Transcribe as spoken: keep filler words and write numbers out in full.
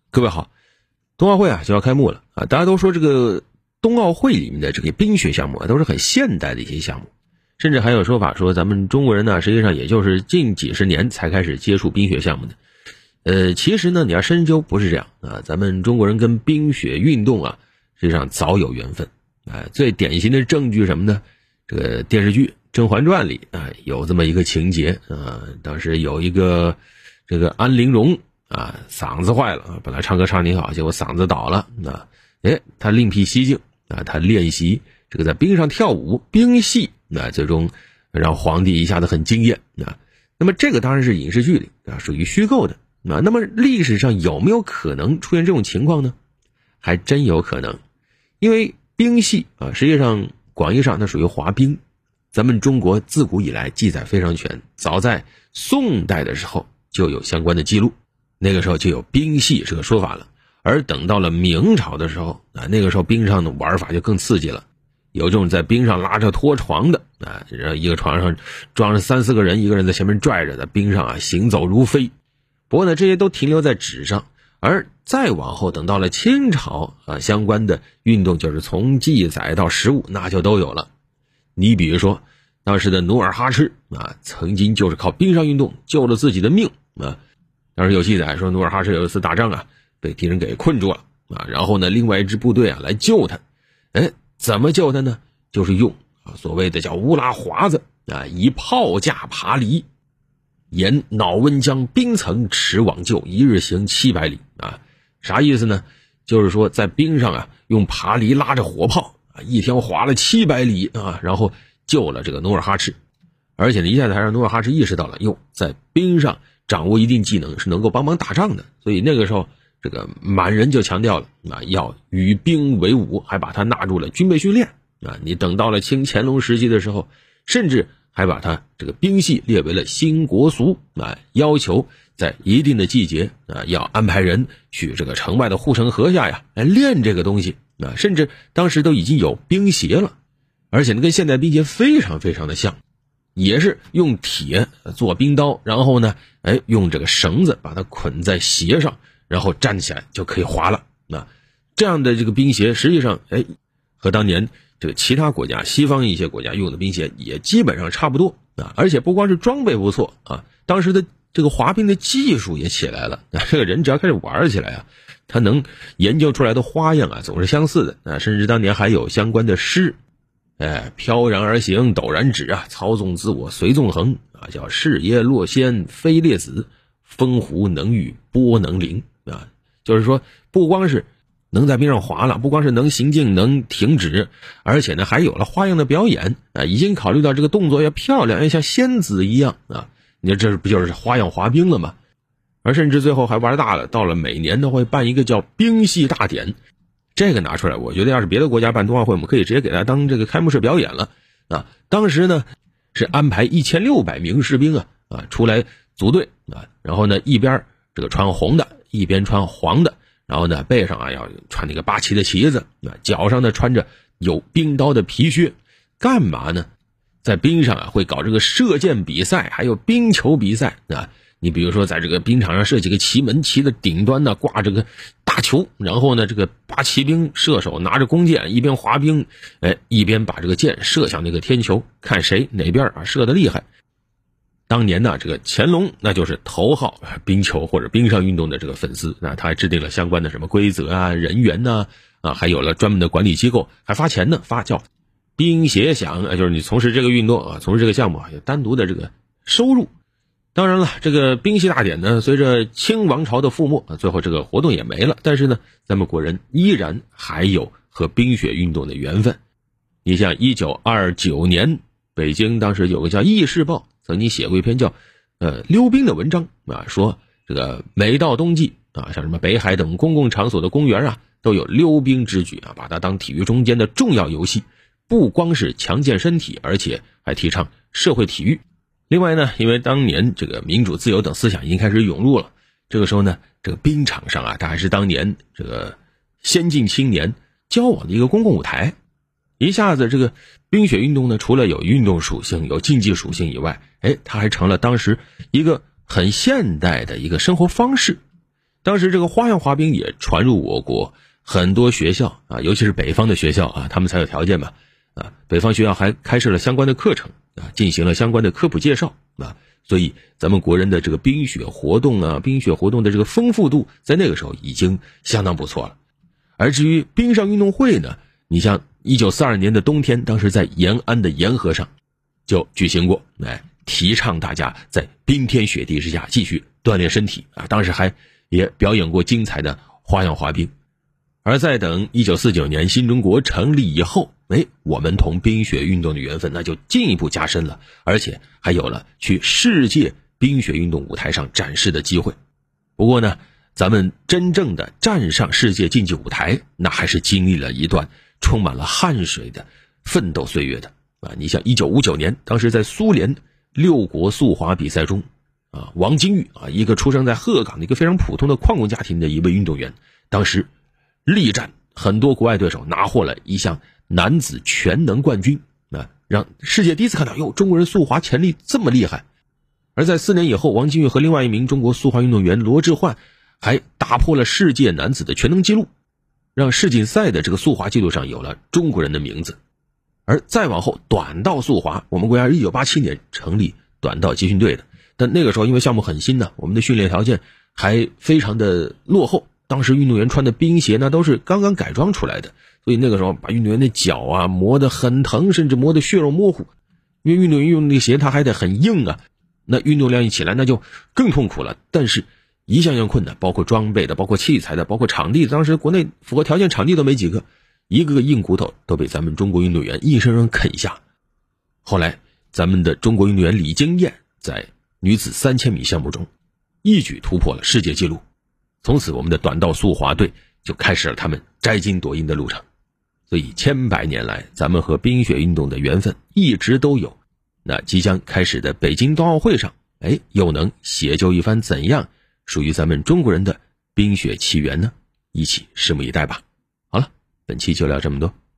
各位好，冬奥会啊就要开幕了啊！大家都说这个冬奥会里面的这个冰雪项目啊都是很现代的一些项目，甚至还有说法说咱们中国人呢实际上也就是近几十年才开始接触冰雪项目的。呃，其实呢你要深究不是这样啊，咱们中国人跟冰雪运动啊实际上早有缘分啊。最典型的证据什么呢？这个电视剧《甄嬛传》里啊有这么一个情节啊，当时有一个这个安陵容啊，嗓子坏了啊，本来唱歌唱挺好，结果嗓子倒了啊，哎，他另辟蹊径啊，他练习这个在冰上跳舞冰戏，那最终让皇帝一下子很惊艳啊。那么这个当然是影视剧里啊，属于虚构的啊。那么历史上有没有可能出现这种情况呢？还真有可能，因为冰戏啊，实际上广义上它属于滑冰，咱们中国自古以来记载非常全，早在宋代的时候就有相关的记录。那个时候就有冰戏这个说法了，而等到了明朝的时候啊，那个时候冰上的玩法就更刺激了，有这种在冰上拉着拖床的啊，一个床上装着三四个人，一个人在前面拽着，在冰上啊行走如飞。不过呢，这些都停留在纸上，而再往后等到了清朝啊，相关的运动就是从记载到实物那就都有了。你比如说当时的努尔哈赤啊，曾经就是靠冰上运动救了自己的命啊。当时有记载说努尔哈赤有一次打仗啊，被敌人给困住了啊，然后呢另外一支部队啊来救他。哎，怎么救他呢？就是用啊所谓的叫乌拉滑子啊，以炮架爬犁，沿脑温江冰层驰往救，一日行七百里啊。啥意思呢？就是说在冰上啊用爬犁拉着火炮啊，一天滑了七百里啊，然后救了这个努尔哈赤。而且呢一下子还让努尔哈赤意识到了，哟，在冰上掌握一定技能是能够帮忙打仗的，所以那个时候这个满人就强调了啊，要与兵为伍，还把它纳入了军备训练啊。你等到了清乾隆时期的时候，甚至还把它这个兵戏列为了新国俗啊，要求在一定的季节啊要安排人去这个城外的护城河下呀来练这个东西啊，甚至当时都已经有冰鞋了，而且呢跟现代冰鞋非常非常的像。也是用铁做冰刀，然后呢哎用这个绳子把它捆在鞋上，然后站起来就可以滑了。那这样的这个冰鞋实际上哎和当年这个其他国家西方一些国家用的冰鞋也基本上差不多啊。而且不光是装备不错啊，当时的这个滑冰的技术也起来了啊。这个人只要开始玩起来啊，他能研究出来的花样啊总是相似的啊，甚至当年还有相关的诗。哎，飘然而行，陡然止啊，操纵自我随纵横啊，叫视耶落仙飞列子，风胡能御波能凌啊。就是说不光是能在冰上滑了，不光是能行进能停止，而且呢还有了花样的表演啊，已经考虑到这个动作要漂亮，要像仙子一样啊。你说这不就是花样滑冰了吗？而甚至最后还玩大了，到了每年都会办一个叫冰戏大典。这个拿出来，我觉得要是别的国家办冬奥会，我们可以直接给它当这个开幕式表演了啊。当时呢是安排一千六百名士兵啊啊出来组队啊，然后呢一边这个穿红的，一边穿黄的，然后呢背上啊要穿那个八旗的旗子啊，脚上呢穿着有冰刀的皮靴，干嘛呢？在冰上啊会搞这个射箭比赛，还有冰球比赛啊。你比如说在这个冰场上设几个旗门，旗的顶端呢挂这个大球，然后呢这个八旗兵射手拿着弓箭，一边滑冰哎一边把这个箭射向那个天球，看谁哪边啊射得厉害。当年呢这个乾隆那就是头号冰球或者冰上运动的这个粉丝，那他还制定了相关的什么规则啊、人员呢啊，还有了专门的管理机构，还发钱呢，发叫冰协饷，就是你从事这个运动啊，从事这个项目啊有单独的这个收入。当然了，这个冰戏大典呢，随着清王朝的覆没啊，最后这个活动也没了。但是呢，咱们国人依然还有和冰雪运动的缘分。你像一九二九年，北京当时有个叫《议事报》，曾经写过一篇叫呃溜冰的文章啊，说这个每到冬季啊，像什么北海等公共场所的公园啊，都有溜冰之举啊，把它当体育中间的重要游戏，不光是强健身体，而且还提倡社会体育。另外呢，因为当年这个民主自由等思想已经开始涌入了，这个时候呢，这个冰场上啊，它还是当年这个先进青年交往的一个公共舞台。一下子这个冰雪运动呢，除了有运动属性、有竞技属性以外，哎，它还成了当时一个很现代的一个生活方式。 当时这个花样滑冰也传入我国很多学校啊，尤其是北方的学校啊，他们才有条件嘛啊，北方学校还开设了相关的课程啊，进行了相关的科普介绍啊，所以咱们国人的这个冰雪活动啊，冰雪活动的这个丰富度在那个时候已经相当不错了。而至于冰上运动会呢，你像一九四二年的冬天，当时在延安的沿河上就举行过，哎，提倡大家在冰天雪地之下继续锻炼身体啊，当时还也表演过精彩的花样滑冰。而再等一九四九年新中国成立以后，哎，我们同冰雪运动的缘分那就进一步加深了，而且还有了去世界冰雪运动舞台上展示的机会。不过呢，咱们真正的站上世界竞技舞台，那还是经历了一段充满了汗水的奋斗岁月的啊！你像一九五九年，当时在苏联六国速滑比赛中啊，王金玉啊，一个出生在鹤岗的一个非常普通的矿工家庭的一位运动员，当时力战很多国外对手，拿获了一项男子全能冠军啊，让世界第一次看到哟，中国人速滑潜力这么厉害。而在四年以后，王金玉和另外一名中国速滑运动员罗致焕还打破了世界男子的全能纪录，让世锦赛的这个速滑记录上有了中国人的名字。而再往后，短道速滑，我们国家一九八七年成立短道集训队的，但那个时候因为项目很新呢，我们的训练条件还非常的落后，当时运动员穿的冰鞋呢都是刚刚改装出来的，所以那个时候把运动员的脚啊磨得很疼，甚至磨得血肉模糊。因为运动员用那个鞋它还得很硬啊，那运动量一起来那就更痛苦了。但是一项项困难，包括装备的，包括器材的，包括场地，当时国内符合条件场地都没几个，一个个硬骨头都被咱们中国运动员硬生生啃下。后来咱们的中国运动员李金燕在女子三千米项目中一举突破了世界纪录，从此我们的短道速滑队就开始了他们摘金夺银的路程。所以千百年来，咱们和冰雪运动的缘分一直都有。那即将开始的北京冬奥会上，哎，又能写就一番怎样属于咱们中国人的冰雪奇缘呢？一起拭目以待吧。好了，本期就聊这么多。